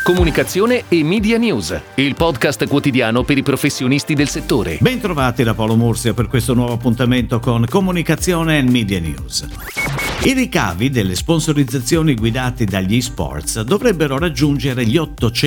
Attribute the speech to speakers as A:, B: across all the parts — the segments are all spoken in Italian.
A: Comunicazione e Media News, il podcast quotidiano per i professionisti del settore.
B: Bentrovati da Paolo Mursia per questo nuovo appuntamento con Comunicazione e Media News. I ricavi delle sponsorizzazioni guidate dagli eSports dovrebbero raggiungere gli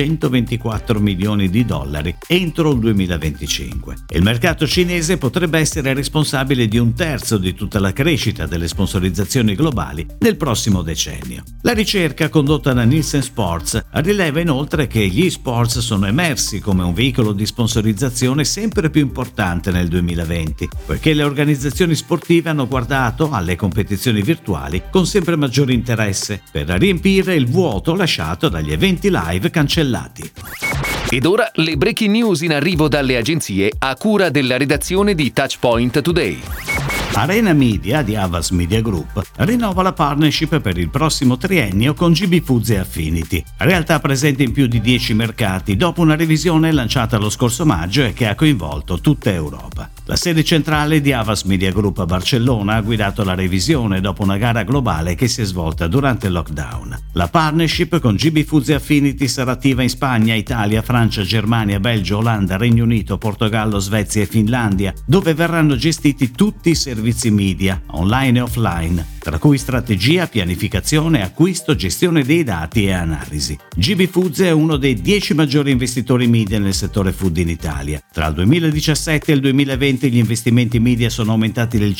B: 824 milioni di dollari entro il 2025. Il mercato cinese potrebbe essere responsabile di un terzo di tutta la crescita delle sponsorizzazioni globali nel prossimo decennio. La ricerca condotta da Nielsen Sports rileva inoltre che gli eSports sono emersi come un veicolo di sponsorizzazione sempre più importante nel 2020, poiché le organizzazioni sportive hanno guardato alle competizioni virtuali con sempre maggiore interesse per riempire il vuoto lasciato dagli eventi live cancellati.
A: Ed ora le breaking news in arrivo dalle agenzie a cura della redazione di Touchpoint Today.
B: Arena Media di Havas Media Group rinnova la partnership per il prossimo triennio con GB Foods e Affinity, realtà presente in più di 10 mercati dopo una revisione lanciata lo scorso maggio e che ha coinvolto tutta Europa. La sede centrale di Havas Media Group a Barcellona ha guidato la revisione dopo una gara globale che si è svolta durante il lockdown. La partnership con GB Foods e Affinity sarà attiva in Spagna, Italia, Francia, Germania, Belgio, Olanda, Regno Unito, Portogallo, Svezia e Finlandia, dove verranno gestiti tutti i servizi media, online e offline, tra cui strategia, pianificazione, acquisto, gestione dei dati e analisi. GB Foods è uno dei 10 maggiori investitori media nel settore food in Italia. Tra il 2017 e il 2020 gli investimenti media sono aumentati del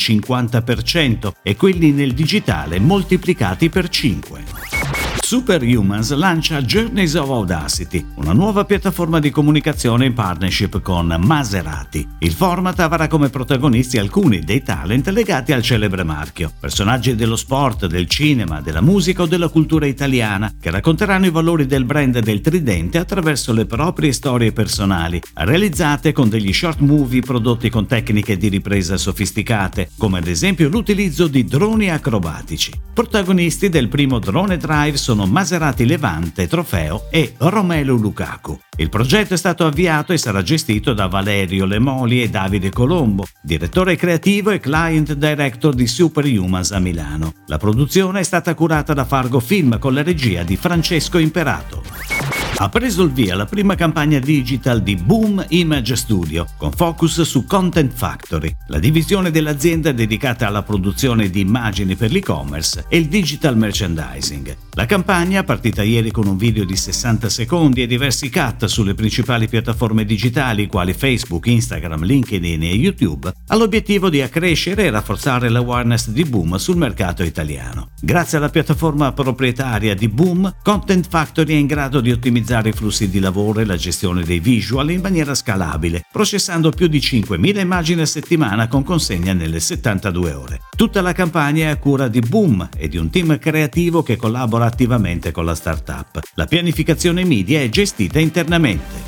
B: 50% e quelli nel digitale moltiplicati per 5. Superhumans lancia Journeys of Audacity, una nuova piattaforma di comunicazione in partnership con Maserati. Il format avrà come protagonisti alcuni dei talent legati al celebre marchio, personaggi dello sport, del cinema, della musica o della cultura italiana, che racconteranno i valori del brand del Tridente attraverso le proprie storie personali, realizzate con degli short movie prodotti con tecniche di ripresa sofisticate, come ad esempio l'utilizzo di droni acrobatici. Protagonisti del primo drone drive sono Maserati Levante Trofeo e Romelu Lukaku. Il progetto è stato avviato e sarà gestito da Valerio Lemoli e Davide Colombo, direttore creativo e client director di Superhumans a Milano. La produzione è stata curata da Fargo Film con la regia di Francesco Imperato. Ha preso il via la prima campagna digital di Boom Image Studio, con focus su Content Factory, la divisione dell'azienda dedicata alla produzione di immagini per l'e-commerce e il digital merchandising. La campagna, partita ieri con un video di 60 secondi e diversi cut sulle principali piattaforme digitali quali Facebook, Instagram, LinkedIn e YouTube, ha l'obiettivo di accrescere e rafforzare l'awareness di Boom sul mercato italiano. Grazie alla piattaforma proprietaria di Boom, Content Factory è in grado di ottimizzare i flussi di lavoro e la gestione dei visual in maniera scalabile, processando più di 5.000 immagini a settimana con consegna nelle 72 ore. Tutta la campagna è a cura di Boom e di un team creativo che collabora attivamente con la startup. La pianificazione media è gestita internamente.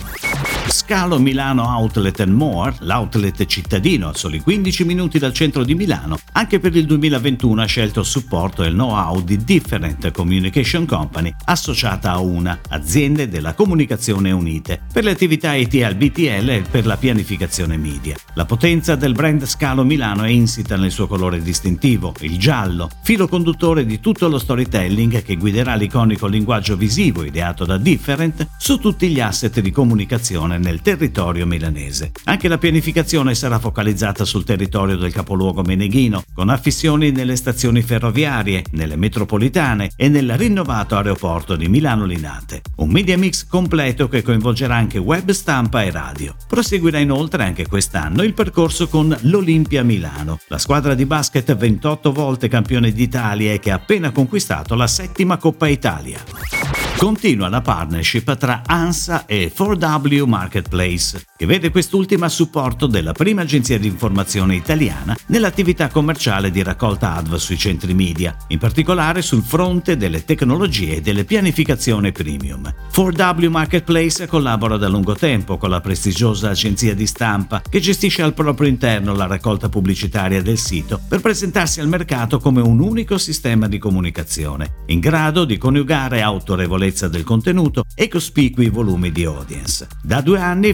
B: Scalo Milano Outlet & More, l'outlet cittadino a soli 15 minuti dal centro di Milano, anche per il 2021 ha scelto il supporto e il know-how di Different Communication Company, associata a Una, aziende della comunicazione unite, per le attività IT al BTL e per la pianificazione media. La potenza del brand Scalo Milano è insita nel suo colore distintivo, il giallo, filo conduttore di tutto lo storytelling che guiderà l'iconico linguaggio visivo ideato da Different su tutti gli asset di comunicazione nel territorio milanese. Anche la pianificazione sarà focalizzata sul territorio del capoluogo meneghino, con affissioni nelle stazioni ferroviarie, nelle metropolitane e nel rinnovato aeroporto di Milano Linate. Un media mix completo che coinvolgerà anche web, stampa e radio. Proseguirà inoltre anche quest'anno il percorso con l'Olimpia Milano, la squadra di basket 28 volte campione d'Italia e che ha appena conquistato la 7ª Coppa Italia. Continua la partnership tra ANSA e 4W Marketplace, che vede quest'ultima a supporto della prima agenzia di informazione italiana nell'attività commerciale di raccolta ADV sui centri media, in particolare sul fronte delle tecnologie e delle pianificazioni premium. 4W Marketplace collabora da lungo tempo con la prestigiosa agenzia di stampa che gestisce al proprio interno la raccolta pubblicitaria del sito per presentarsi al mercato come un unico sistema di comunicazione, in grado di coniugare autorevolezza del contenuto e cospicui volumi di audience. Da 2 anni 4W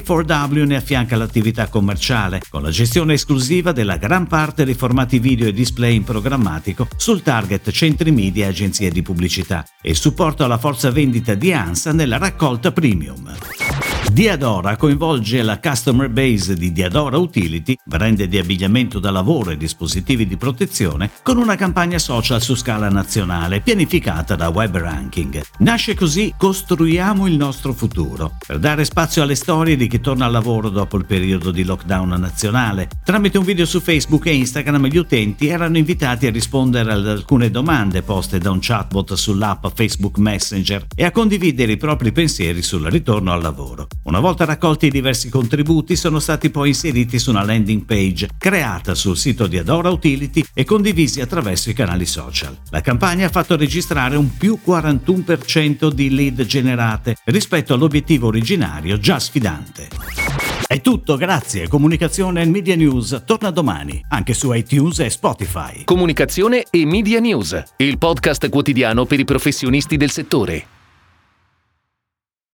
B: BMW ne affianca l'attività commerciale, con la gestione esclusiva della gran parte dei formati video e display in programmatico sul target centri media e agenzie di pubblicità, e il supporto alla forza vendita di ANSA nella raccolta premium. Diadora coinvolge la customer base di Diadora Utility, brand di abbigliamento da lavoro e dispositivi di protezione, con una campagna social su scala nazionale pianificata da WebRanking. Nasce così Costruiamo il nostro futuro, per dare spazio alle storie di chi torna al lavoro dopo il periodo di lockdown nazionale. Tramite un video su Facebook e Instagram gli utenti erano invitati a rispondere ad alcune domande poste da un chatbot sull'app Facebook Messenger e a condividere i propri pensieri sul ritorno al lavoro. Una volta raccolti i diversi contributi, sono stati poi inseriti su una landing page creata sul sito di Diadora Utility e condivisi attraverso i canali social. La campagna ha fatto registrare un più 41% di lead generate rispetto all'obiettivo originario già sfidante. È tutto, grazie. Comunicazione e Media News torna domani, anche su iTunes e Spotify.
A: Comunicazione e Media News, il podcast quotidiano per i professionisti del settore.